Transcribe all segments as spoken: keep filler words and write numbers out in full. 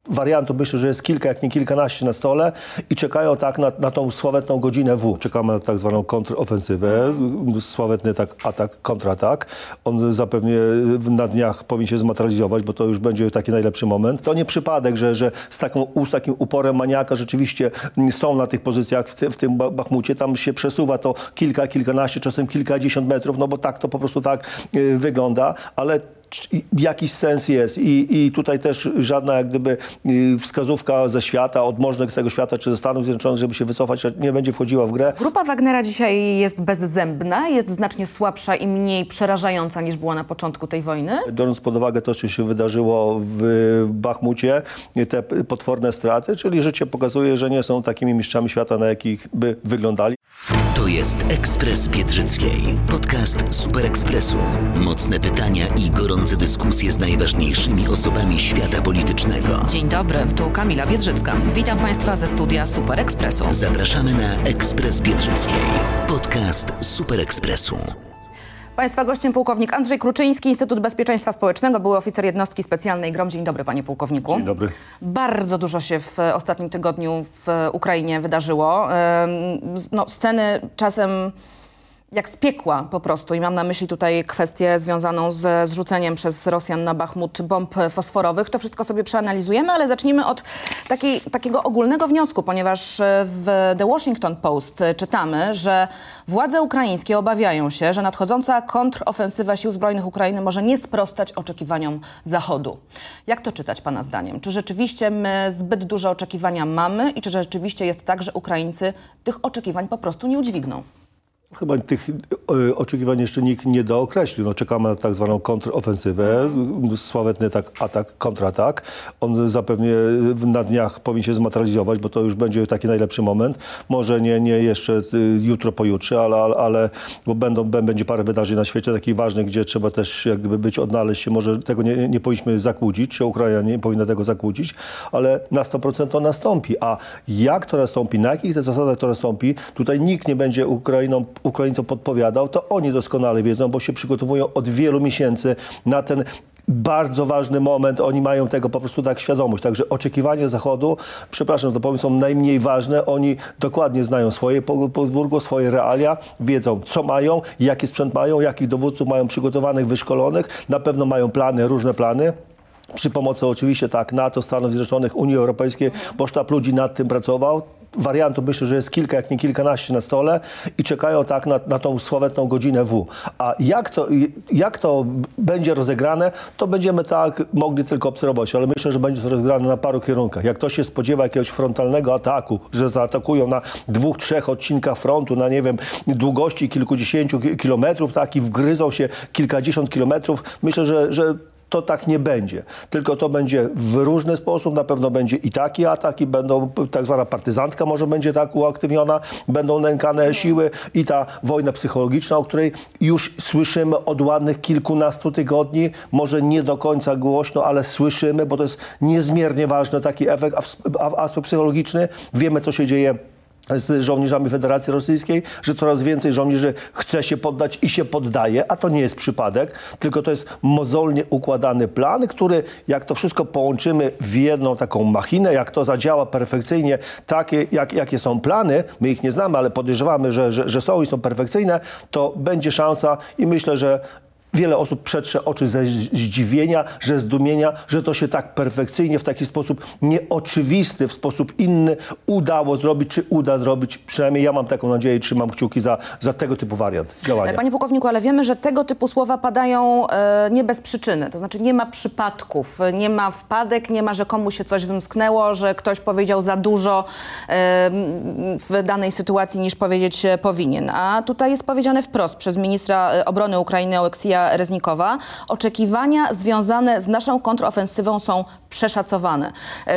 Wariantów myślę, że jest kilka, jak nie kilkanaście na stole i czekają tak na, na tą sławetną godzinę W. Czekamy na tak zwaną kontrofensywę, sławetny tak atak, kontratak. On zapewne na dniach powinien się zmaterializować, bo to już będzie taki najlepszy moment. To nie przypadek, że, że z, taką, z takim uporem maniaka rzeczywiście są na tych pozycjach w, ty, w tym Bachmucie. Tam się przesuwa to kilka, kilkanaście, czasem kilkadziesiąt metrów, no bo tak to po prostu tak y, wygląda, ale jakiś sens jest i, i tutaj też żadna jak gdyby wskazówka ze świata, od możnych tego świata czy ze Stanów Zjednoczonych, żeby się wycofać, nie będzie wchodziła w grę. Grupa Wagnera dzisiaj jest bezzębna, jest znacznie słabsza i mniej przerażająca niż była na początku tej wojny. Biorąc pod uwagę to, co się wydarzyło w Bachmucie, te potworne straty, czyli życie pokazuje, że nie są takimi mistrzami świata, na jakich by wyglądali. To jest Ekspres Biedrzyckiej, podcast Super Ekspresu. Mocne pytania i gorące dyskusje z najważniejszymi osobami świata politycznego. Dzień dobry, tu Kamila Biedrzycka. Witam Państwa ze studia Super Ekspresu. Zapraszamy na Ekspres Biedrzyckiej, podcast Super Ekspresu. Państwa gościem pułkownik Andrzej Kruczyński, Instytut Bezpieczeństwa Społecznego, były oficer jednostki specjalnej GROM. Dzień dobry, panie pułkowniku. Dzień dobry. Bardzo dużo się w ostatnim tygodniu w Ukrainie wydarzyło. No, sceny czasem jak z piekła po prostu i mam na myśli tutaj kwestię związaną z zrzuceniem przez Rosjan na Bachmut bomb fosforowych. To wszystko sobie przeanalizujemy, ale zacznijmy od takiej, takiego ogólnego wniosku, ponieważ w The Washington Post czytamy, że władze ukraińskie obawiają się, że nadchodząca kontrofensywa sił zbrojnych Ukrainy może nie sprostać oczekiwaniom Zachodu. Jak to czytać pana zdaniem? Czy rzeczywiście my zbyt duże oczekiwania mamy i czy rzeczywiście jest tak, że Ukraińcy tych oczekiwań po prostu nie udźwigną? Chyba tych y, oczekiwań jeszcze nikt nie dookreślił. No, czekamy na tak zwaną kontrofensywę, sławetny tak atak, kontratak. On zapewne na dniach powinien się zmaterializować, bo to już będzie taki najlepszy moment. Może nie, nie jeszcze y, jutro, pojutrze, ale, ale, ale bo będą, będzie parę wydarzeń na świecie takich ważnych, gdzie trzeba też jak gdyby być, odnaleźć się. Może tego nie, nie powinniśmy zakłócić, czy Ukraina nie powinna tego zakłócić, ale na sto procent to nastąpi. A jak to nastąpi, na jakich zasadach to nastąpi, tutaj nikt nie będzie Ukrainą Ukraińcom podpowiadał, to oni doskonale wiedzą, bo się przygotowują od wielu miesięcy na ten bardzo ważny moment. Oni mają tego po prostu tak świadomość. Także oczekiwania Zachodu, przepraszam, to powiem, są najmniej ważne. Oni dokładnie znają swoje podwórko, swoje realia, wiedzą co mają, jaki sprzęt mają, jakich dowódców mają przygotowanych, wyszkolonych. Na pewno mają plany, różne plany. Przy pomocy oczywiście tak NATO, Stanów Zjednoczonych, Unii Europejskiej, bo sztab ludzi nad tym pracował. Wariantów myślę, że jest kilka, jak nie kilkanaście na stole i czekają tak na, na tą sławetną godzinę W. A jak to, jak to będzie rozegrane, to będziemy tak mogli tylko obserwować, ale myślę, że będzie to rozegrane na paru kierunkach. Jak ktoś się spodziewa jakiegoś frontalnego ataku, że zaatakują na dwóch, trzech odcinkach frontu, na nie wiem, długości kilkudziesięciu kilometrów, tak, i wgryzą się kilkadziesiąt kilometrów, myślę, że, że to tak nie będzie, tylko to będzie w różny sposób, na pewno będzie i taki atak, i będą, tak zwana partyzantka może będzie tak uaktywniona, będą nękane siły i ta wojna psychologiczna, o której już słyszymy od ładnych kilkunastu tygodni, może nie do końca głośno, ale słyszymy, bo to jest niezmiernie ważny taki efekt, aspekt psychologiczny. Wiemy, co się dzieje z żołnierzami Federacji Rosyjskiej, że coraz więcej żołnierzy chce się poddać i się poddaje, a to nie jest przypadek, tylko to jest mozolnie układany plan, który, jak to wszystko połączymy w jedną taką machinę, jak to zadziała perfekcyjnie, takie jak, jakie są plany, my ich nie znamy, ale podejrzewamy, że, że, że są i są perfekcyjne, to będzie szansa i myślę, że wiele osób przetrze oczy ze zdziwienia, ze zdumienia, że to się tak perfekcyjnie, w taki sposób nieoczywisty, w sposób inny udało zrobić, czy uda zrobić. Przynajmniej ja mam taką nadzieję i trzymam kciuki za, za tego typu wariant działania. Panie pułkowniku, ale wiemy, że tego typu słowa padają e, nie bez przyczyny. To znaczy nie ma przypadków, nie ma wpadek, nie ma, że komuś się coś wymsknęło, że ktoś powiedział za dużo e, w danej sytuacji niż powiedzieć powinien. A tutaj jest powiedziane wprost przez ministra obrony Ukrainy Oleksija Reznikowa. Oczekiwania związane z naszą kontrofensywą są przeszacowane. E, czyli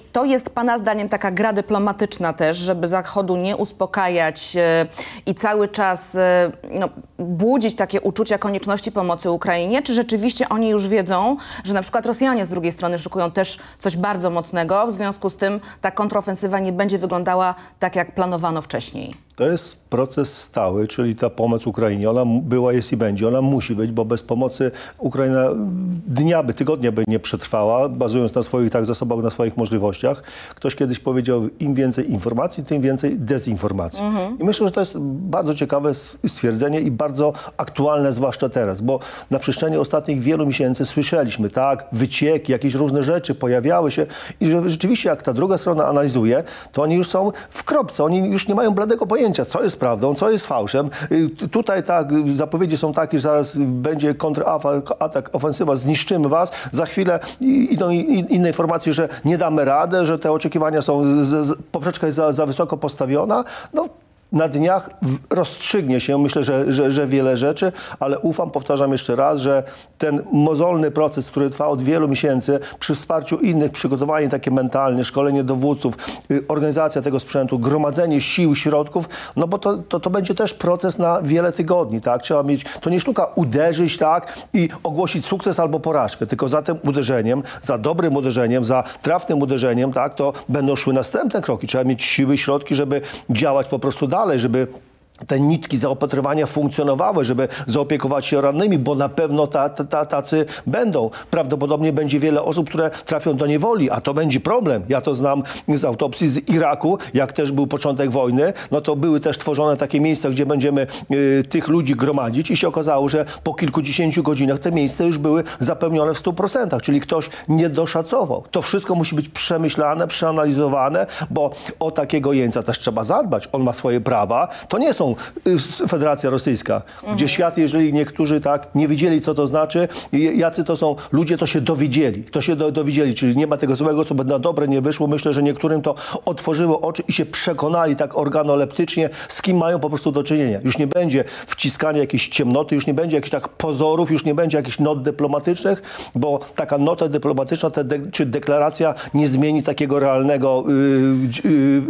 to jest pana zdaniem taka gra dyplomatyczna też, żeby Zachodu nie uspokajać e, i cały czas e, no, budzić takie uczucia konieczności pomocy Ukrainie? Czy rzeczywiście oni już wiedzą, że na przykład Rosjanie z drugiej strony szykują też coś bardzo mocnego, w związku z tym ta kontrofensywa nie będzie wyglądała tak, jak planowano wcześniej? To jest proces stały, czyli ta pomoc Ukrainie. Ona była, jest i będzie. Ona musi być, bo bez pomocy Ukraina dnia by, tygodnia by nie przetrwała, bazując na swoich tak zasobach, na swoich możliwościach. Ktoś kiedyś powiedział, im więcej informacji, tym więcej dezinformacji. Mhm. I myślę, że to jest bardzo ciekawe stwierdzenie i bardzo aktualne, zwłaszcza teraz, bo na przestrzeni ostatnich wielu miesięcy słyszeliśmy, tak, wycieki, jakieś różne rzeczy pojawiały się i że rzeczywiście jak ta druga strona analizuje, to oni już są w kropce, oni już nie mają bladego pojęcia, co jest prawdą, co jest fałszem. Tutaj tak, zapowiedzi są takie, że zaraz będzie kontratak, ofensywa, zniszczymy was. Za chwilę idą inne informacje, że nie damy rady, że te oczekiwania są, z, z, poprzeczka jest za, za wysoko postawiona. No, na dniach rozstrzygnie się, myślę, że, że, że wiele rzeczy, ale ufam, powtarzam jeszcze raz, że ten mozolny proces, który trwa od wielu miesięcy, przy wsparciu innych, przygotowanie takie mentalne, szkolenie dowódców, organizacja tego sprzętu, gromadzenie sił, środków, no bo to, to, to będzie też proces na wiele tygodni, tak? Trzeba mieć, to nie sztuka uderzyć, tak? I ogłosić sukces albo porażkę, tylko za tym uderzeniem, za dobrym uderzeniem, za trafnym uderzeniem, tak? To będą szły następne kroki. Trzeba mieć siły, środki, żeby działać po prostu dalej. Dalej, żeby te nitki zaopatrywania funkcjonowały, żeby zaopiekować się rannymi, bo na pewno ta, ta, tacy będą. Prawdopodobnie będzie wiele osób, które trafią do niewoli, a to będzie problem. Ja to znam z autopsji z Iraku, jak też był początek wojny, no to były też tworzone takie miejsca, gdzie będziemy y, tych ludzi gromadzić i się okazało, że po kilkudziesięciu godzinach te miejsca już były zapełnione w stu procentach, czyli ktoś nie doszacował. To wszystko musi być przemyślane, przeanalizowane, bo o takiego jeńca też trzeba zadbać. On ma swoje prawa. To nie są Federacja Rosyjska, mhm. gdzie świat, jeżeli niektórzy tak nie wiedzieli, co to znaczy, jacy to są ludzie, to się dowiedzieli. To się do, dowiedzieli, czyli nie ma tego złego, co by na dobre nie wyszło. Myślę, że niektórym to otworzyło oczy i się przekonali tak organoleptycznie, z kim mają po prostu do czynienia. Już nie będzie wciskania jakiejś ciemnoty, już nie będzie jakichś tak pozorów, już nie będzie jakichś not dyplomatycznych, bo taka nota dyplomatyczna te de, czy deklaracja nie zmieni takiego realnego yy, yy,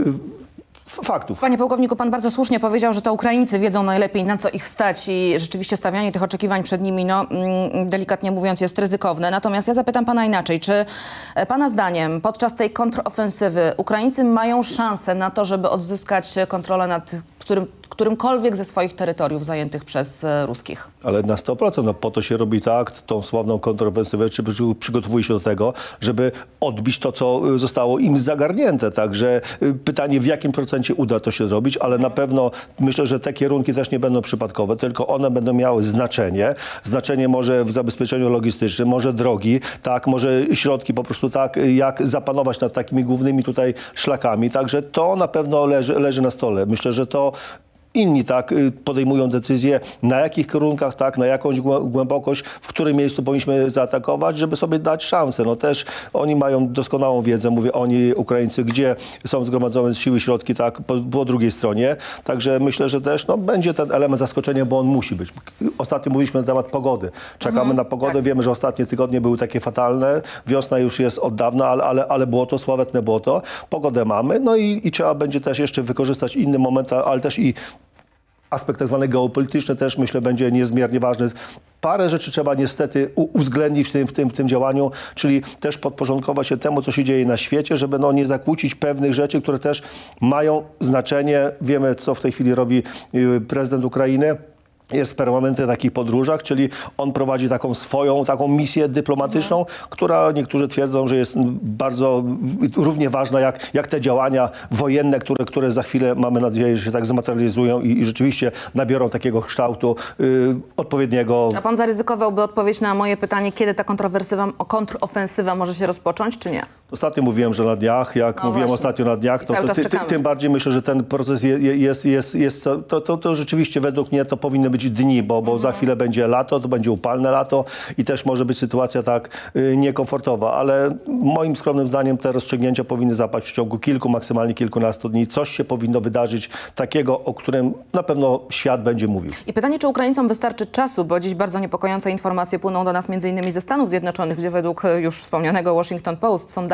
faktów. Panie pułkowniku, pan bardzo słusznie powiedział, że to Ukraińcy wiedzą najlepiej, na co ich stać i rzeczywiście stawianie tych oczekiwań przed nimi, no delikatnie mówiąc, jest ryzykowne. Natomiast ja zapytam pana inaczej. Czy pana zdaniem podczas tej kontrofensywy Ukraińcy mają szansę na to, żeby odzyskać kontrolę nad którym, którymkolwiek ze swoich terytoriów zajętych przez ruskich? Ale na sto procent. No po to się robi tak, tą sławną kontrofensywę, czy przygotowuje się do tego, żeby odbić to, co zostało im zagarnięte. Także pytanie, w jakim procencie uda to się zrobić, ale na pewno myślę, że te kierunki też nie będą przypadkowe, tylko one będą miały znaczenie. Znaczenie może w zabezpieczeniu logistycznym, może drogi, tak, może środki po prostu tak, jak zapanować nad takimi głównymi tutaj szlakami. Także to na pewno leży, leży na stole. Myślę, że to inni tak podejmują decyzje, na jakich kierunkach, tak, na jakąś głębokość, w którym miejscu powinniśmy zaatakować, żeby sobie dać szansę. No też oni mają doskonałą wiedzę, mówię oni, Ukraińcy, gdzie są zgromadzone siły, środki, tak, po, po drugiej stronie. Także myślę, że też no, będzie ten element zaskoczenia, bo on musi być. Ostatnio mówiliśmy na temat pogody. Czekamy mhm, na pogodę. Tak. Wiemy, że ostatnie tygodnie były takie fatalne. Wiosna już jest od dawna, ale, ale, ale błoto, sławetne błoto. Pogodę mamy, no i, i trzeba będzie też jeszcze wykorzystać inny moment, ale też i aspekt tak zwany geopolityczny też, myślę, będzie niezmiernie ważny. Parę rzeczy trzeba niestety uwzględnić w tym, w tym, w tym działaniu, czyli też podporządkować się temu, co się dzieje na świecie, żeby no, nie zakłócić pewnych rzeczy, które też mają znaczenie. Wiemy, co w tej chwili robi prezydent Ukrainy. Jest w permanentnie takich podróżach, czyli on prowadzi taką swoją, taką misję dyplomatyczną, mhm. która niektórzy twierdzą, że jest bardzo równie ważna jak, jak te działania wojenne, które, które za chwilę mamy nadzieję, że się tak zmaterializują i, i rzeczywiście nabiorą takiego kształtu y, odpowiedniego. A pan zaryzykowałby odpowiedź na moje pytanie, kiedy ta kontrofensywa może się rozpocząć, czy nie? Ostatnio mówiłem, że na dniach, jak no mówiłem właśnie. ostatnio na dniach, to, to ty, ty, tym bardziej myślę, że ten proces je, jest, jest, jest to, to, to rzeczywiście według mnie to powinny być dni, bo, bo mhm. za chwilę będzie lato, to będzie upalne lato i też może być sytuacja tak y, niekomfortowa, ale moim skromnym zdaniem te rozstrzygnięcia powinny zapaść w ciągu kilku, maksymalnie kilkunastu dni. Coś się powinno wydarzyć takiego, o którym na pewno świat będzie mówił. I pytanie, czy Ukraińcom wystarczy czasu, bo dziś bardzo niepokojące informacje płyną do nas między innymi ze Stanów Zjednoczonych, gdzie według już wspomnianego Washington Post sondaże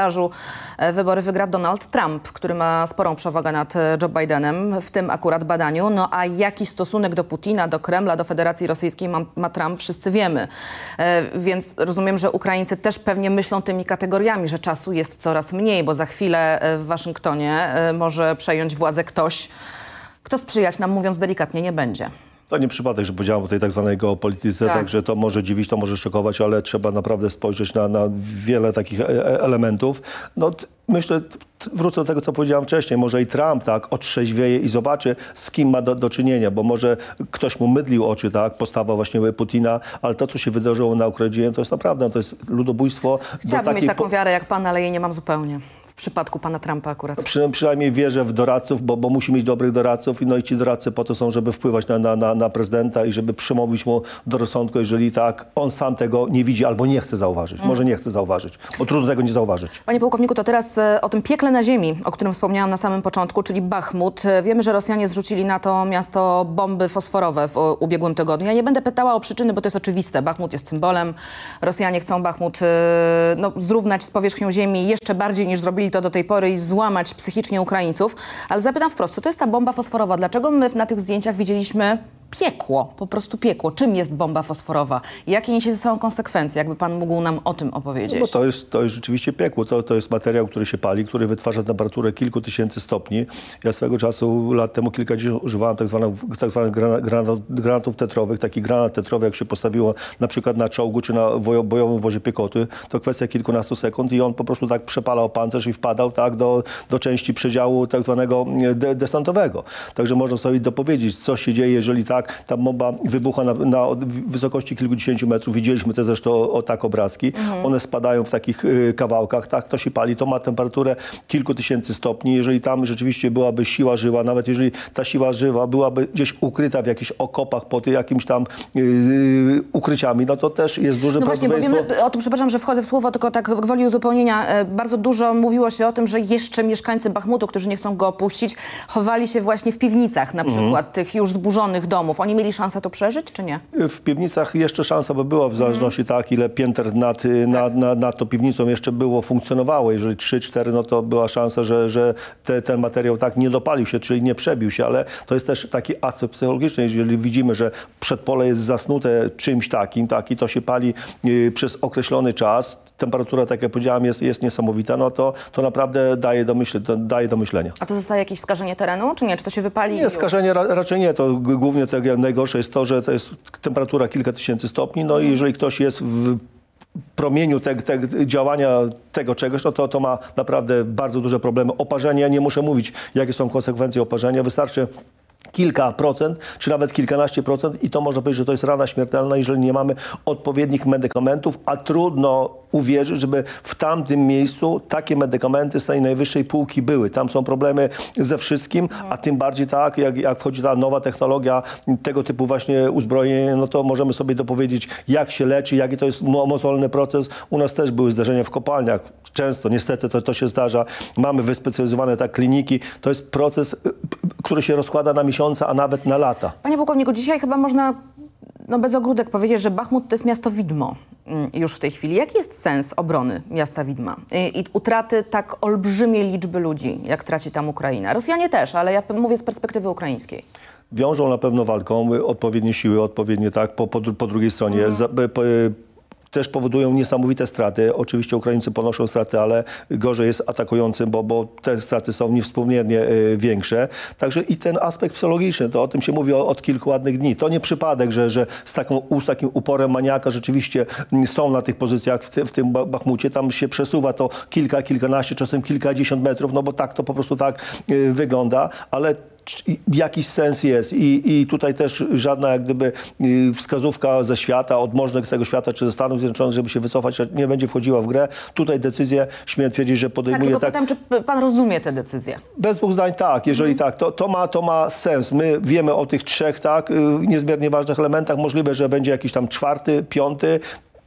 sondażu e, wybory wygra Donald Trump, który ma sporą przewagę nad e, Joe Bidenem w tym akurat badaniu. No a jaki stosunek do Putina, do Kremla, do Federacji Rosyjskiej ma, ma Trump, wszyscy wiemy. E, więc rozumiem, że Ukraińcy też pewnie myślą tymi kategoriami, że czasu jest coraz mniej, bo za chwilę e, w Waszyngtonie e, może przejąć władzę ktoś, kto sprzyjać nam, mówiąc delikatnie, nie będzie. To nie przypadek, że powiedziałem o tej tak zwanej geopolityce, Tak. także to może dziwić, to może szokować, ale trzeba naprawdę spojrzeć na, na wiele takich e elementów. No, t- myślę, t- wrócę do tego, co powiedziałem wcześniej, może i Trump tak otrzeźwieje i zobaczy, z kim ma do, do czynienia, bo może ktoś mu mydlił oczy, tak, postawa właśnie Putina, ale to, co się wydarzyło na Ukrainie, to jest naprawdę, to jest ludobójstwo. Chciałabym mieć takiej taką po- wiarę jak pan, ale jej nie mam zupełnie. W przypadku pana Trumpa akurat. Przy, przynajmniej wierzę w doradców, bo, bo musi mieć dobrych doradców i no i ci doradcy po to są, żeby wpływać na, na, na, na prezydenta i żeby przemówić mu do rozsądku, jeżeli tak, on sam tego nie widzi albo nie chce zauważyć. Mm. Może nie chce zauważyć, bo trudno tego nie zauważyć. Panie pułkowniku, to teraz e, o tym piekle na ziemi, o którym wspomniałam na samym początku, czyli Bachmut. E, Wiemy, że Rosjanie zrzucili na to miasto bomby fosforowe w o, ubiegłym tygodniu. Ja nie będę pytała o przyczyny, bo to jest oczywiste. Bachmut jest symbolem. Rosjanie chcą Bachmut e, no, zrównać z powierzchnią ziemi jeszcze bardziej niż zrobili to do tej pory i złamać psychicznie Ukraińców. Ale zapytam wprost, co to jest ta bomba fosforowa? Dlaczego my na tych zdjęciach widzieliśmy piekło, po prostu piekło? Czym jest bomba fosforowa? Jakie niesie ze sobą konsekwencje? Jakby pan mógł nam o tym opowiedzieć? No bo to jest, to jest rzeczywiście piekło. To, to jest materiał, który się pali, który wytwarza temperaturę kilku tysięcy stopni. Ja swego czasu, lat temu kilkadziesiąt, używałem tak zwanych, tak zwanych grana, granat, granatów tetrowych. Taki granat tetrowy, jak się postawiło na przykład na czołgu czy na wojo, bojowym wozie piechoty, to kwestia kilkunastu sekund i on po prostu tak przepalał pancerz i wpadał tak do, do części przedziału tak zwanego de, desantowego. Także można sobie dopowiedzieć, co się dzieje, jeżeli tak ta bomba wybucha na, na wysokości kilkudziesięciu metrów. Widzieliśmy te zresztą o, o tak obrazki. Mhm. One spadają w takich y, kawałkach. Tak, to się pali. To ma temperaturę kilku tysięcy stopni. Jeżeli tam rzeczywiście byłaby siła żywa, nawet jeżeli ta siła żywa byłaby gdzieś ukryta w jakichś okopach pod jakimś tam y, y, ukryciami, no to też jest duże No właśnie, bo prawdopodobieństwo. wiemy o tym, przepraszam, że wchodzę w słowo, tylko tak gwoli uzupełnienia. E, Bardzo dużo mówiło się o tym, że jeszcze mieszkańcy Bachmutu, którzy nie chcą go opuścić, chowali się właśnie w piwnicach na przykład tych już zburzonych domów. Oni mieli szansę to przeżyć, czy nie? W piwnicach jeszcze szansa by była, w zależności mm. tak, ile pięter nad, y, nad, nad, nad tą piwnicą jeszcze było, funkcjonowało. Jeżeli trzy, cztery, no to była szansa, że, że te, ten materiał tak nie dopalił się, czyli nie przebił się, ale to jest też taki aspekt psychologiczny. Jeżeli widzimy, że przedpole jest zasnute czymś takim, tak, i to się pali y, przez określony czas, temperatura, tak jak powiedziałam, jest, jest niesamowita, no to, to naprawdę daje do, myśle, to daje do myślenia. A to zostaje jakieś skażenie terenu, czy nie? Czy to się wypali? Nie, skażenie ra, raczej nie. To g- głównie tak jak najgorsze jest to, że to jest temperatura kilka tysięcy stopni, no i jeżeli ktoś jest w promieniu te, te, działania tego czegoś, no to, to ma naprawdę bardzo duże problemy. Oparzenie, nie muszę mówić, jakie są konsekwencje oparzenia. Wystarczy kilka procent, czy nawet kilkanaście procent i to można powiedzieć, że to jest rana śmiertelna, jeżeli nie mamy odpowiednich medykamentów, a trudno uwierzyć, żeby w tamtym miejscu takie medykamenty z tej najwyższej półki były. Tam są problemy ze wszystkim, a tym bardziej tak, jak, jak wchodzi ta nowa technologia, tego typu właśnie uzbrojenie, no to możemy sobie dopowiedzieć, jak się leczy, jaki to jest mo- mozolny proces. U nas też były zdarzenia w kopalniach. Często, niestety, to, to się zdarza. Mamy wyspecjalizowane tak kliniki. To jest proces, y, który się rozkłada na miesiące, a nawet na lata. Panie pułkowniku, dzisiaj chyba można no bez ogródek powiedzieć, że Bachmut to jest miasto widmo mm, już w tej chwili. Jaki jest sens obrony miasta widma i, i utraty tak olbrzymiej liczby ludzi, jak traci tam Ukraina? Rosjanie też, ale ja p- mówię z perspektywy ukraińskiej. Wiążą na pewno walką y, odpowiednie siły, odpowiednie tak, po, po, dru- po drugiej stronie. Mhm. Za, y, po, y, też powodują niesamowite straty. Oczywiście Ukraińcy ponoszą straty, ale gorzej jest atakującym, bo, bo te straty są niewspółmiernie y, większe. Także i ten aspekt psychologiczny, to o tym się mówi o, od kilku ładnych dni. To nie przypadek, że, że z, taką, z takim uporem maniaka rzeczywiście y, są na tych pozycjach w, ty, w tym Bachmucie. Tam się przesuwa to kilka, kilkanaście, czasem kilkadziesiąt metrów, no bo tak to po prostu tak y, wygląda, ale jakiś sens jest i, i tutaj też żadna jak gdyby y, wskazówka ze świata, od możnych tego świata czy ze Stanów Zjednoczonych, żeby się wycofać, nie będzie wchodziła w grę. Tutaj decyzję, śmiem twierdzić, że Tak, podejmuje tylko tak... pytam, czy p- pan rozumie te decyzje? Bez dwóch zdań tak, jeżeli Mhm. tak, to, to, ma, to ma sens. My wiemy o tych trzech tak, y, niezmiernie ważnych elementach. Możliwe, że będzie jakiś tam czwarty, piąty.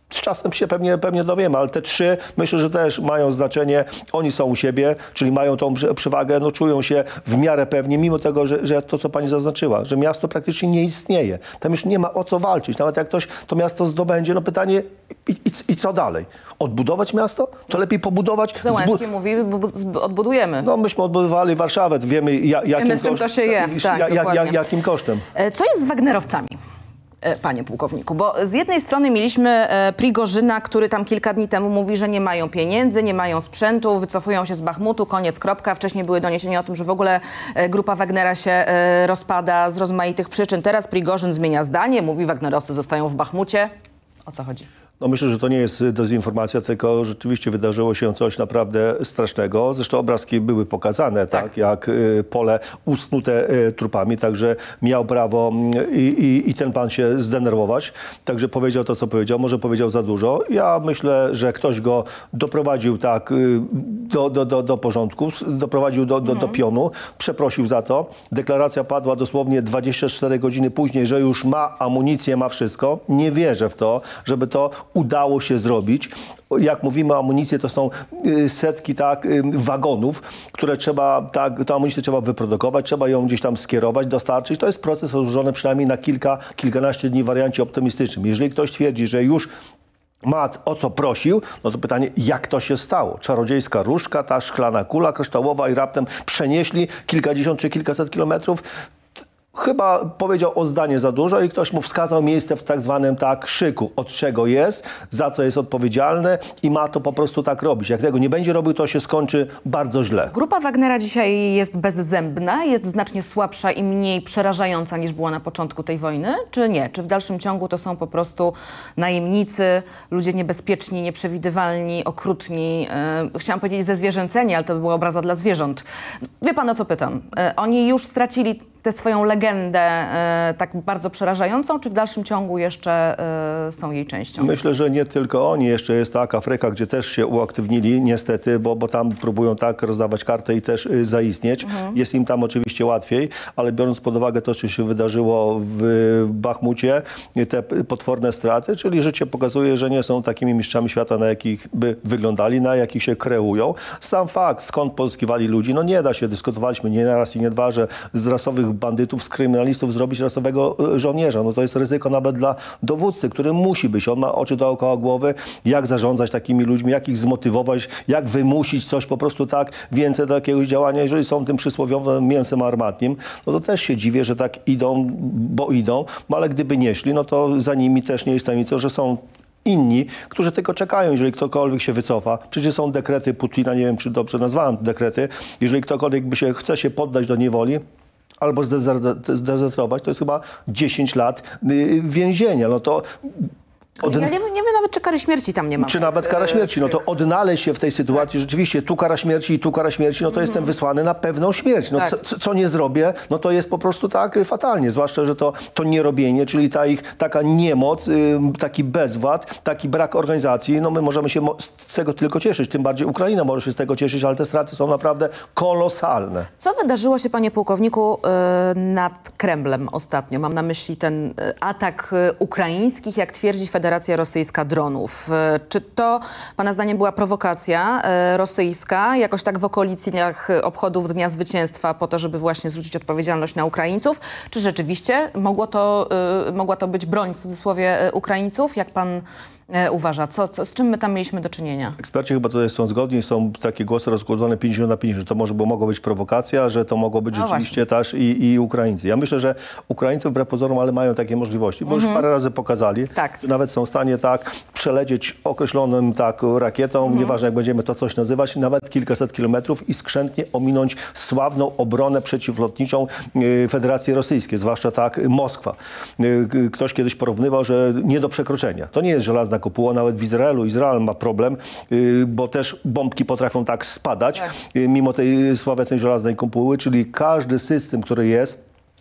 Z czasem się pewnie, pewnie dowiemy, ale te trzy myślę, że też mają znaczenie. Oni są u siebie, czyli mają tą przy- przewagę, no czują się w miarę pewnie, mimo tego, że, że to, co pani zaznaczyła, że miasto praktycznie nie istnieje. Tam już nie ma o co walczyć. Nawet jak ktoś to miasto zdobędzie, no pytanie, i, i, i co dalej? Odbudować miasto? To lepiej pobudować. Zełenski zbu- mówi, bu- bu- odbudujemy. No myśmy odbudowali Warszawę, wiemy ja, jakim, Wiemy, z czym to się je. Tak, ja, ja, dokładnie. jakim kosztem. E, Co jest z Wagnerowcami? e, Panie pułkowniku, bo z jednej strony mieliśmy e, Prigorzyna, który tam kilka dni temu mówi, że nie mają pieniędzy, nie mają sprzętu, wycofują się z Bachmutu, koniec, kropka. Wcześniej były doniesienia o tym, że w ogóle e, grupa Wagnera się e, rozpada z rozmaitych przyczyn. Teraz Prigorzyn zmienia zdanie, mówi, Wagnerowcy zostają w Bachmucie. O co chodzi? No myślę, że to nie jest dezinformacja, tylko rzeczywiście wydarzyło się coś naprawdę strasznego. Zresztą obrazki były pokazane, tak, Tak. jak y, pole usnute y, trupami, także miał prawo y, i, i ten pan się zdenerwować. Także powiedział to, co powiedział. Może powiedział za dużo. Ja myślę, że ktoś go doprowadził tak y, do, do, do, do porządku, s- doprowadził do, do, do pionu, przeprosił za to. Deklaracja padła dosłownie dwadzieścia cztery godziny później, że już ma amunicję, ma wszystko. Nie wierzę w to, żeby to udało się zrobić. Jak mówimy o amunicji, to są y, setki tak, y, wagonów, które trzeba, tak, tę amunicję trzeba wyprodukować, trzeba ją gdzieś tam skierować, dostarczyć. To jest proces rozłożony przynajmniej na kilka, kilkanaście dni w wariancie optymistycznym. Jeżeli ktoś twierdzi, że już ma o co prosił, no to pytanie, jak to się stało? Czarodziejska różdżka, ta szklana kula kryształowa i raptem przenieśli kilkadziesiąt czy kilkaset kilometrów. Chyba powiedział o zdanie za dużo i ktoś mu wskazał miejsce w tak zwanym tak szyku, od czego jest, za co jest odpowiedzialny i ma to po prostu tak robić. Jak tego nie będzie robił, to się skończy bardzo źle. Grupa Wagnera dzisiaj jest bezzębna, jest znacznie słabsza i mniej przerażająca niż była na początku tej wojny, czy nie? Czy w dalszym ciągu to są po prostu najemnicy, ludzie niebezpieczni, nieprzewidywalni, okrutni, e, chciałam powiedzieć zezwierzęceni, ale to by była obraza dla zwierząt. Wie pan, o co pytam? E, oni już stracili tę swoją legendę e, tak bardzo przerażającą, czy w dalszym ciągu jeszcze e, są jej częścią? Myślę, że nie tylko oni. Jeszcze jest tak Afryka, gdzie też się uaktywnili niestety, bo, bo tam próbują tak rozdawać kartę i też y, zaistnieć. Jest im tam oczywiście łatwiej, ale biorąc pod uwagę to, co się wydarzyło w Bachmucie, te p- potworne straty, czyli życie pokazuje, że nie są takimi mistrzami świata, na jakich by wyglądali, na jakich się kreują. Sam fakt, skąd pozyskiwali ludzi, no nie da się, dyskutowaliśmy nie raz i nie dwa, że z rasowych bandytów, z kryminalistów zrobić rasowego y, żołnierza. No to jest ryzyko nawet dla dowódcy, który musi być. On ma oczy dookoła głowy, jak zarządzać takimi ludźmi, jak ich zmotywować, jak wymusić coś po prostu tak, więcej do jakiegoś działania. Jeżeli są tym przysłowiowym mięsem armatnim, no to też się dziwię, że tak idą, bo idą, no ale gdyby nie szli, no to za nimi też nie jest tajemnicą, że są inni, którzy tylko czekają, jeżeli ktokolwiek się wycofa. Przecież są dekrety Putina, nie wiem, czy dobrze nazwałem dekrety. Jeżeli ktokolwiek by się chce się poddać do niewoli, albo zdezert- zdezertować, to jest chyba dziesięć lat y, więzienia. No to od... Ja nie, wiem- nie wiem nawet, czy kary śmierci tam nie ma. Czy nawet kara śmierci. No to odnaleźć się w tej sytuacji, rzeczywiście tu kara śmierci i tu kara śmierci, no to jestem wysłany na pewną śmierć. No Tak. co, co- co nie zrobię, no to jest po prostu tak y, fatalnie. Zwłaszcza, że to, to nierobienie, czyli ta ich taka niemoc, y, taki bezwład, taki brak organizacji, no my możemy się mo- z tego tylko cieszyć. Tym bardziej Ukraina może się z tego cieszyć, ale te straty są naprawdę kolosalne. Co wydarzyło się, panie pułkowniku, y, nad Kremlem ostatnio? Mam na myśli ten y, atak y, ukraińskich, jak twierdzi Federacja Rosyjska, dronów. Y, Czy to, pana zdaniem, była prowokacja y, rosyjska, jakoś tak w okolicach obchodów Dnia Zwycięstwa, po to, żeby właśnie zrzucić odpowiedzialność na Ukraińców? Czy rzeczywiście mogło to, y, mogła to być broń, w cudzysłowie, y, Ukraińców? Jak pan y, uważa? Co, co, z czym my tam mieliśmy do czynienia? Eksperci chyba tutaj są zgodni, są takie głosy rozkładane pięćdziesiąt na pięćdziesiąt, że to może było, mogło być prowokacja, że to mogło być No rzeczywiście też i, i Ukraińcy. Ja myślę, że Ukraińcy wbrew pozorom, ale mają takie możliwości, bo już parę razy pokazali, Tak. że nawet są w stanie tak przelecieć określoną tak rakietą, nieważne jak będziemy to coś nazywać, nawet kilkaset kilometrów i skrzętnie ominąć sławną obronę przeciwlotniczą y, Federacji Rosyjskiej, zwłaszcza tak Moskwa. Y, y, Ktoś kiedyś porównywał, że nie do przekroczenia. To nie jest żelazna kopuła, nawet w Izraelu. Izrael ma problem, y, bo też bombki potrafią tak spadać, Tak. y, mimo tej sławetnej żelaznej kopuły, czyli każdy system, który jest,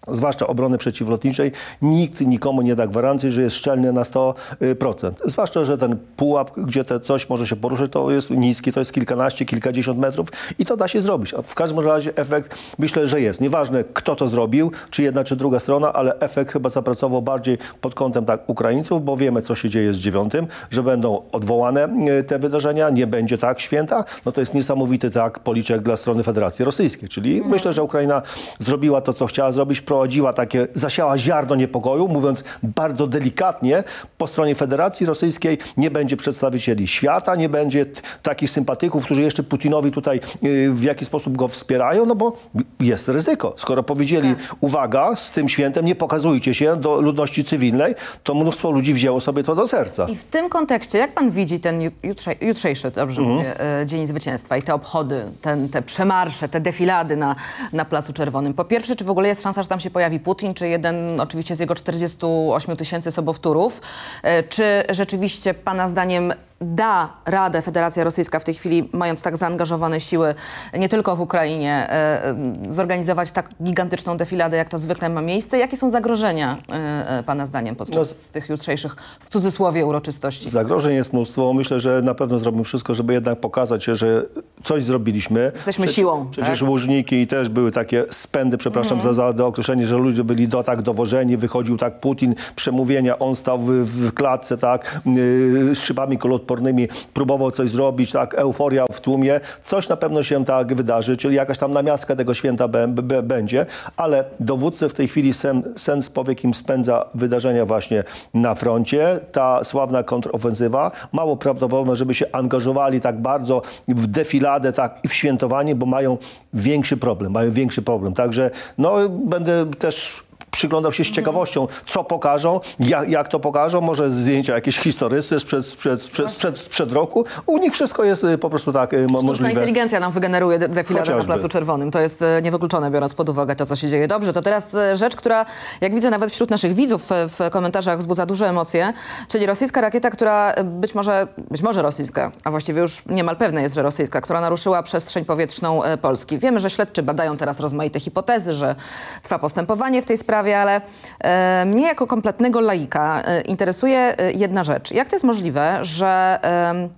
zwłaszcza obrony przeciwlotniczej, nikt nikomu nie da gwarancji, że jest szczelny na sto procent. Zwłaszcza, że ten pułap, gdzie te coś może się poruszyć, to jest niski, to jest kilkanaście, kilkadziesiąt metrów i to da się zrobić. A w każdym razie efekt myślę, że jest. Nieważne, kto to zrobił, czy jedna, czy druga strona, ale efekt chyba zapracował bardziej pod kątem tak Ukraińców, bo wiemy, co się dzieje z dziewiątym, że będą odwołane te wydarzenia, nie będzie tak święta. No to jest niesamowity tak policzek dla strony Federacji Rosyjskiej. Czyli hmm. myślę, że Ukraina zrobiła to, co chciała zrobić, prowadziła takie, zasiała ziarno niepokoju, mówiąc bardzo delikatnie, po stronie Federacji Rosyjskiej nie będzie przedstawicieli świata, nie będzie t- takich sympatyków, którzy jeszcze Putinowi tutaj y, w jakiś sposób go wspierają, no bo jest ryzyko. Skoro powiedzieli, tak. uwaga, z tym świętem nie pokazujcie się do ludności cywilnej, to mnóstwo ludzi wzięło sobie to do serca. I w tym kontekście, jak pan widzi ten jutrze, jutrzejszy, dobrze mm. mówię, Dzień Zwycięstwa i te obchody, ten, te przemarsze, te defilady na, na Placu Czerwonym? Po pierwsze, czy w ogóle jest szansa, że tam się pojawi Putin, czy jeden oczywiście z jego czterdziestu ośmiu tysięcy sobowtórów? Czy rzeczywiście pana zdaniem da radę Federacja Rosyjska w tej chwili, mając tak zaangażowane siły nie tylko w Ukrainie, e, zorganizować tak gigantyczną defiladę, jak to zwykle ma miejsce? Jakie są zagrożenia e, pana zdaniem podczas no, tych jutrzejszych, w cudzysłowie, uroczystości? Zagrożeń jest mnóstwo. Myślę, że na pewno zrobimy wszystko, żeby jednak pokazać, że coś zrobiliśmy. Jesteśmy Prze- siłą. Przecież tak? Łużniki też były takie spędy, przepraszam mm-hmm. za, za określenie, że ludzie byli do tak dowożeni, wychodził tak Putin, przemówienia, on stał w, w klatce, tak, yy, z szybami kuloodpornymi, próbował coś zrobić, tak, euforia w tłumie. Coś na pewno się tak wydarzy, czyli jakaś tam namiastka tego święta b- b- będzie, ale dowódcy w tej chwili sen, sen z powiek im spędza wydarzenia właśnie na froncie. Ta sławna kontrofensywa, mało prawdopodobne, żeby się angażowali tak bardzo w defiladę, tak i w świętowanie, bo mają większy problem, mają większy problem. Także no, będę też przyglądał się z ciekawością, co pokażą, jak, jak to pokażą, może zdjęcia jakieś historyczne sprzed, sprzed, sprzed, sprzed, sprzed roku. U nich wszystko jest po prostu tak mo- Sztuczna możliwe. inteligencja nam wygeneruje de- defiladę Chociażby. na Placu Czerwonym. To jest e, niewykluczone, biorąc pod uwagę to, co się dzieje. Dobrze, to teraz e, rzecz, która, jak widzę nawet wśród naszych widzów e, w komentarzach, wzbudza duże emocje, czyli rosyjska rakieta, która e, być może, być może rosyjska, a właściwie już niemal pewne jest, że rosyjska, która naruszyła przestrzeń powietrzną e, Polski. Wiemy, że śledczy badają teraz rozmaite hipotezy, że trwa postępowanie w tej sprawie, ale e, mnie jako kompletnego laika e, interesuje e, jedna rzecz. Jak to jest możliwe, że e,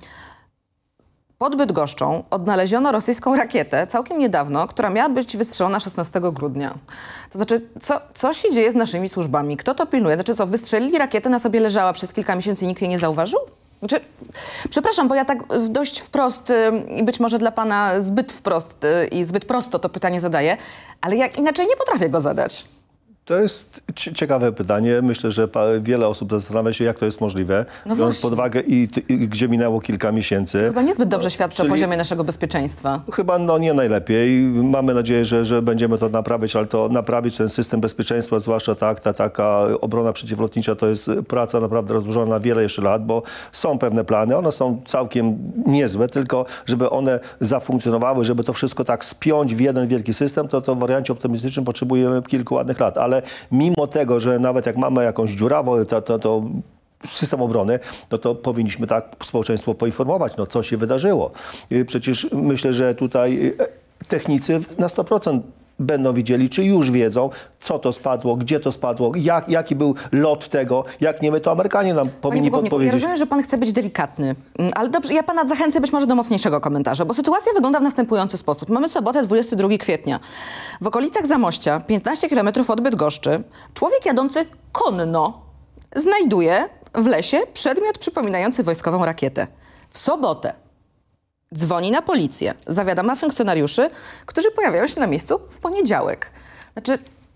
pod Bydgoszczą odnaleziono rosyjską rakietę całkiem niedawno, która miała być wystrzelona szesnastego grudnia. To znaczy, co, co się dzieje z naszymi służbami? Kto to pilnuje? Znaczy co, wystrzelili rakietę, na sobie leżała przez kilka miesięcy i nikt jej nie zauważył? Znaczy, przepraszam, bo ja tak dość wprost i być może dla pana zbyt wprost i zbyt prosto to pytanie zadaję, ale jak inaczej nie potrafię go zadać. To jest cie- ciekawe pytanie. Myślę, że pa- wiele osób zastanawia się, jak to jest możliwe, No biorąc właśnie. pod uwagę, i, i, gdzie minęło kilka miesięcy. Chyba niezbyt dobrze świadczy czyli- o poziomie naszego bezpieczeństwa. Chyba no nie najlepiej. Mamy nadzieję, że, że będziemy to naprawić, ale to naprawić ten system bezpieczeństwa, zwłaszcza tak, ta taka obrona przeciwlotnicza, to jest praca naprawdę rozłożona na wiele jeszcze lat, bo są pewne plany, one są całkiem niezłe, tylko żeby one zafunkcjonowały, żeby to wszystko tak spiąć w jeden wielki system, to, to w wariancie optymistycznym potrzebujemy kilku ładnych lat, ale mimo tego, że nawet jak mamy jakąś dziurawą, to, to, to system obrony, no to powinniśmy tak społeczeństwo poinformować, no co się wydarzyło. Y, Przecież myślę, że tutaj y, technicy na sto procent będą wiedzieli, czy już wiedzą, co to spadło, gdzie to spadło, jak, jaki był lot tego. Jak nie my, to Amerykanie nam Panie powinni pułkowniku, ja podpowiedzieć. rozumiem, że pan chce być delikatny, mm, ale dobrze, ja pana zachęcę być może do mocniejszego komentarza, bo sytuacja wygląda w następujący sposób. Mamy sobotę, dwudziestego drugiego kwietnia. W okolicach Zamościa, piętnaście kilometrów od Bydgoszczy, człowiek jadący konno znajduje w lesie przedmiot przypominający wojskową rakietę. W sobotę dzwoni na policję, zawiadama funkcjonariuszy, którzy pojawiają się na miejscu w poniedziałek. Znaczy,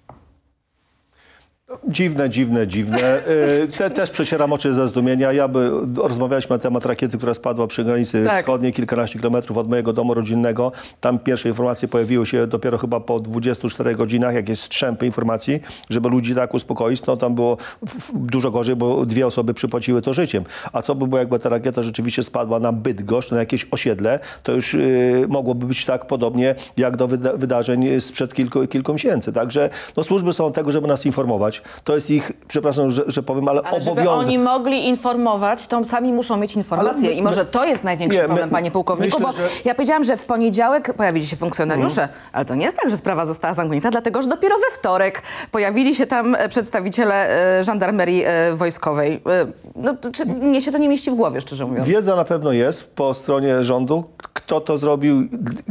Dziwne, dziwne, dziwne. Y, Te, też przecieram oczy ze zdumienia. Ja by, rozmawialiśmy na temat rakiety, która spadła przy granicy Tak. wschodniej, kilkanaście kilometrów od mojego domu rodzinnego. Tam pierwsze informacje pojawiły się dopiero chyba po dwudziestu czterech godzinach, jakieś strzępy informacji, żeby ludzi tak uspokoić. No tam było w, w, dużo gorzej, bo dwie osoby przypłaciły to życiem. A co by było, jakby ta rakieta rzeczywiście spadła na Bydgoszcz, na jakieś osiedle, to już y, mogłoby być tak podobnie jak do wyda- wydarzeń sprzed kilku, kilku miesięcy. Także no, służby są od tego, żeby nas informować. To jest ich, przepraszam, że, że powiem, ale, Ale żeby obowiązek. oni mogli informować, to sami muszą mieć informacje. Ale my- I może my- to jest największy nie, my- problem, panie pułkowniku, myślę, bo że- ja powiedziałam, że w poniedziałek pojawili się funkcjonariusze, ale to nie jest tak, że sprawa została zamknięta, dlatego że dopiero we wtorek pojawili się tam e, przedstawiciele e, żandarmerii e, wojskowej. E, no, to, czy, mnie się to nie mieści w głowie, szczerze mówiąc. Wiedza na pewno jest po stronie rządu, kto to zrobił,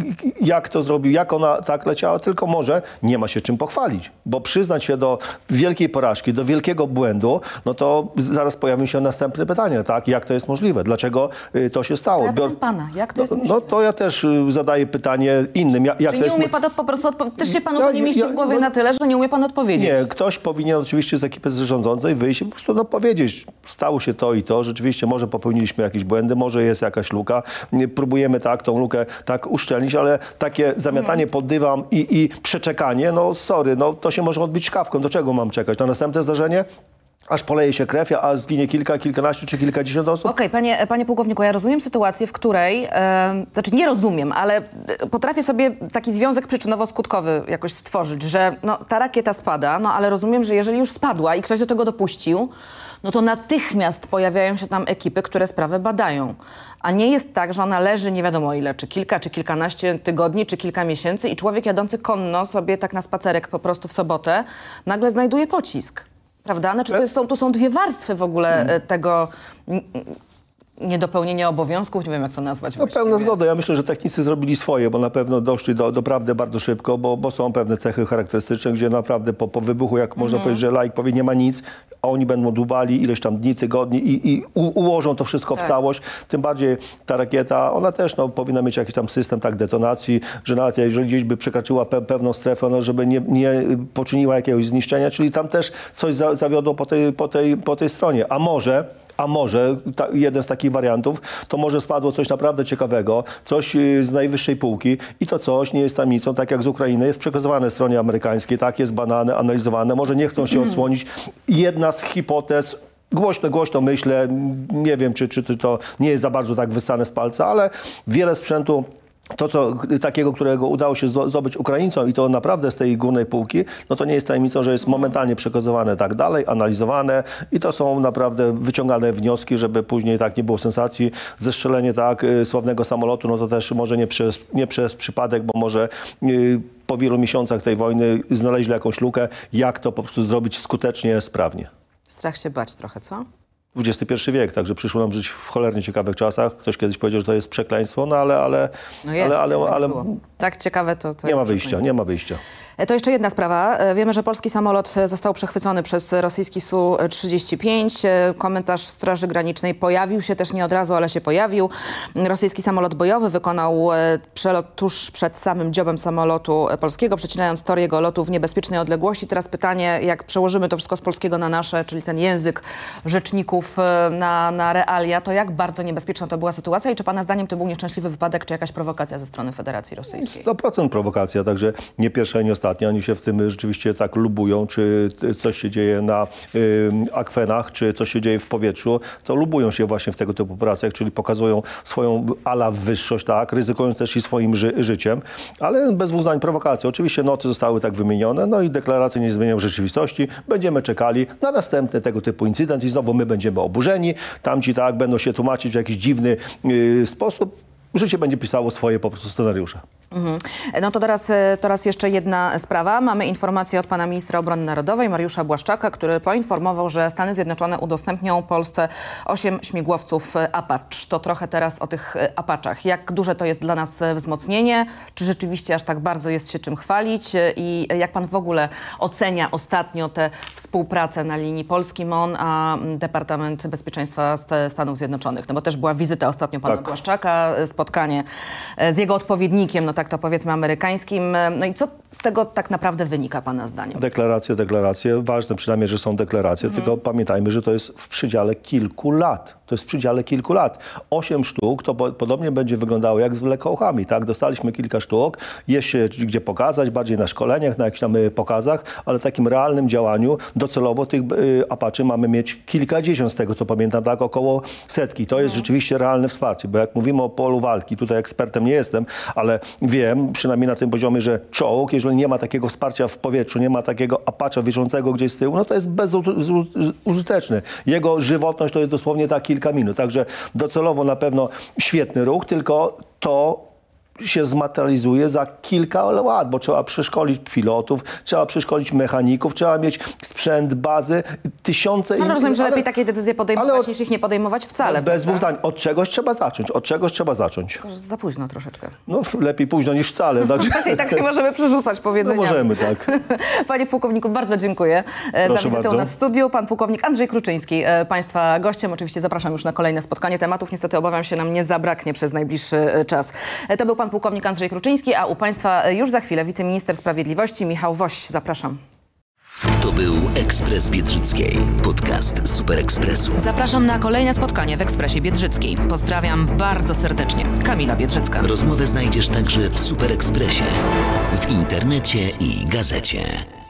jak to zrobił, jak ona tak leciała, tylko może nie ma się czym pochwalić, bo przyznać się do wielkiej porażki, do wielkiego błędu, no to zaraz pojawią się następne pytania, tak? Jak to jest możliwe? Dlaczego y, to się stało? Ja pytam Bior- pana, jak to jest no, możliwe? no to ja też y, zadaję pytanie innym. Jak, jak Czy to nie jest umie mo- pan od, po prostu odpowiedzieć? Też się panu Ja- to nie mieści ja- w głowie no- na tyle, że nie umie pan odpowiedzieć. Nie, ktoś powinien oczywiście z ekipy rządzącej wyjść i po prostu no, powiedzieć, stało się to i to, rzeczywiście może popełniliśmy jakieś błędy, może jest jakaś luka, nie, próbujemy tak tą lukę tak uszczelnić, ale takie zamiatanie pod dywan i, i przeczekanie, no sorry, no to się może odbić szkawką. Do czego mam czekać? Na następne zdarzenie? Aż poleje się krew, a zginie kilka, kilkanaście czy kilkadziesiąt osób? Okej, panie, panie pułkowniku, ja rozumiem sytuację, w której, e, znaczy nie rozumiem, ale e, potrafię sobie taki związek przyczynowo-skutkowy jakoś stworzyć, że no, ta rakieta spada, no ale rozumiem, że jeżeli już spadła i ktoś do tego dopuścił, no to natychmiast pojawiają się tam ekipy, które sprawę badają. A nie jest tak, że ona leży nie wiadomo ile, czy kilka, czy kilkanaście tygodni, czy kilka miesięcy i człowiek jadący konno sobie tak na spacerek po prostu w sobotę nagle znajduje pocisk. Prawda? Znaczy, to jest, tu są dwie warstwy w ogóle e, tego mm, niedopełnienia obowiązków, nie wiem jak to nazwać No właściwie. pełna zgoda. Ja myślę, że technicy zrobili swoje, bo na pewno doszli do, do prawdy bardzo szybko, bo, bo są pewne cechy charakterystyczne, gdzie naprawdę po, po wybuchu, jak można powiedzieć, że laik powie, nie ma nic, a oni będą dłubali ileś tam dni, tygodni i, i u, ułożą to wszystko Tak. w całość. Tym bardziej ta rakieta, ona też no, powinna mieć jakiś tam system tak detonacji, że nawet jeżeli gdzieś by przekroczyła pe, pewną strefę, no, żeby nie, nie poczyniła jakiegoś zniszczenia, czyli tam też coś za, zawiodło po tej, po, tej, po tej stronie. A może... A może ta, jeden z takich wariantów, to może spadło coś naprawdę ciekawego, coś y, z najwyższej półki i to coś nie jest tajemnicą, tak jak z Ukrainy, jest przekazywane stronie amerykańskiej, tak jest badane, analizowane, może nie chcą się odsłonić. Jedna z hipotez, głośno, głośno myślę, nie wiem, czy, czy to nie jest za bardzo tak wyssane z palca, ale wiele sprzętu, to, co takiego, którego udało się zdo- zdobyć Ukraińcom i to naprawdę z tej górnej półki, no to nie jest tajemnicą, że jest momentalnie przekazywane tak dalej, analizowane i to są naprawdę wyciągane wnioski, żeby później tak nie było sensacji. Zestrzelenie tak y, sławnego samolotu, no to też może nie przez, nie przez przypadek, bo może y, po wielu miesiącach tej wojny znaleźli jakąś lukę, jak to po prostu zrobić skutecznie, sprawnie. Strach się bać trochę, co? dwudziesty pierwszy wiek, także przyszło nam żyć w cholernie ciekawych czasach. Ktoś kiedyś powiedział, że to jest przekleństwo, no ale, ale, No jest, ale, ale, tak ale było. Tak ciekawe to, to nie jest ma wyjścia, przekleństwo. nie ma wyjścia. E, To jeszcze jedna sprawa. E, Wiemy, że polski samolot e, został przechwycony przez rosyjski S U trzydzieści pięć. E, Komentarz Straży Granicznej pojawił się też nie od razu, ale się pojawił. Rosyjski samolot bojowy wykonał e, przelot tuż przed samym dziobem samolotu e, polskiego, przecinając tor jego lotu w niebezpiecznej odległości. Teraz pytanie, jak przełożymy to wszystko z polskiego na nasze, czyli ten język rzeczników e, na, na realia, to jak bardzo niebezpieczna to była sytuacja i czy pana zdaniem to był nieszczęśliwy wypadek, czy jakaś prowokacja ze strony Federacji Rosyjskiej? sto procent prowokacja, także nie pierwsza i nie ostatnia. Oni się w tym rzeczywiście tak lubują, czy coś się dzieje na y, akwenach, czy coś się dzieje w powietrzu, to lubują się właśnie w tego typu operacjach, czyli pokazują swoją ala wyższość, tak, ryzykując też i swoim ży życiem, ale bez dwóch zdań prowokacja. Oczywiście noty zostały tak wymienione, no i deklaracje nie zmienią rzeczywistości. Będziemy czekali na następny tego typu incydent i znowu my będziemy oburzeni. Tamci tak będą się tłumaczyć w jakiś dziwny y, sposób. Życie będzie pisało swoje po prostu scenariusze. Mhm. No to teraz, e, teraz jeszcze jedna sprawa. Mamy informację od pana ministra obrony narodowej Mariusza Błaszczaka, który poinformował, że Stany Zjednoczone udostępnią Polsce osiem śmigłowców e, Apache. To trochę teraz o tych e, Apache'ach. Jak duże to jest dla nas e, wzmocnienie? Czy rzeczywiście aż tak bardzo jest się czym chwalić? E, I jak pan w ogóle ocenia ostatnio tę współpracę na linii Polski-M O N a m, Departament Bezpieczeństwa St- Stanów Zjednoczonych? No bo też była wizyta ostatnio pana Tak. Błaszczaka, e, spotkanie e, z jego odpowiednikiem, no tak to powiedzmy amerykańskim. No i co z tego tak naprawdę wynika pana zdaniem? Deklaracje, deklaracje. Ważne przynajmniej, że są deklaracje, tylko pamiętajmy, że to jest w przedziale kilku lat. To To jest w przedziale kilku lat. Osiem sztuk to po, podobnie będzie wyglądało jak z wlekołchami, tak? Dostaliśmy kilka sztuk, jest się gdzie pokazać, bardziej na szkoleniach, na jakichś tam y, pokazach, ale w takim realnym działaniu docelowo tych y, Apache mamy mieć kilkadziesiąt z tego, co pamiętam, tak? Około setki. To jest rzeczywiście realne wsparcie, bo jak mówimy o polu walki, tutaj ekspertem nie jestem, ale wiem, przynajmniej na tym poziomie, że czołg, jeżeli nie ma takiego wsparcia w powietrzu, nie ma takiego Apache'a wierzącego gdzieś z tyłu, no to jest bezużyteczny. Jego żywotność to jest dosłownie tak kilka minut. Także docelowo na pewno świetny ruch, tylko to się zmaterializuje za kilka lat, bo trzeba przeszkolić pilotów, trzeba przeszkolić mechaników, trzeba mieć sprzęt, bazy, tysiące... No, rozumiem, że ale- lepiej takie decyzje podejmować, ale od- niż ich nie podejmować wcale. Bez dwóch prawda? zdań. Od czegoś trzeba zacząć. Od czegoś trzeba zacząć. Tylko, że za późno troszeczkę. No lepiej późno niż wcale. Znaczy, Właśnie tak nie możemy przerzucać no powiedzeniami. możemy, tak. Panie pułkowniku, bardzo dziękuję e, za Proszę wizytę u bardzo. nas w studiu. Pan pułkownik Andrzej Kruczyński, e, Państwa gościem. Oczywiście zapraszam już na kolejne spotkanie. Tematów niestety obawiam się nam nie zabraknie przez najbliższy e, czas. E, To był pan pułkownik Andrzej Kruczyński, a u Państwa e, już za chwilę wiceminister sprawiedliwości Michał Woś. Zapraszam. To był Ekspres Biedrzyckiej, podcast Super Ekspresu. Zapraszam na kolejne spotkanie w Ekspresie Biedrzyckiej. Pozdrawiam bardzo serdecznie. Kamila Biedrzycka. Rozmowę znajdziesz także w Super Ekspresie, w internecie i gazecie.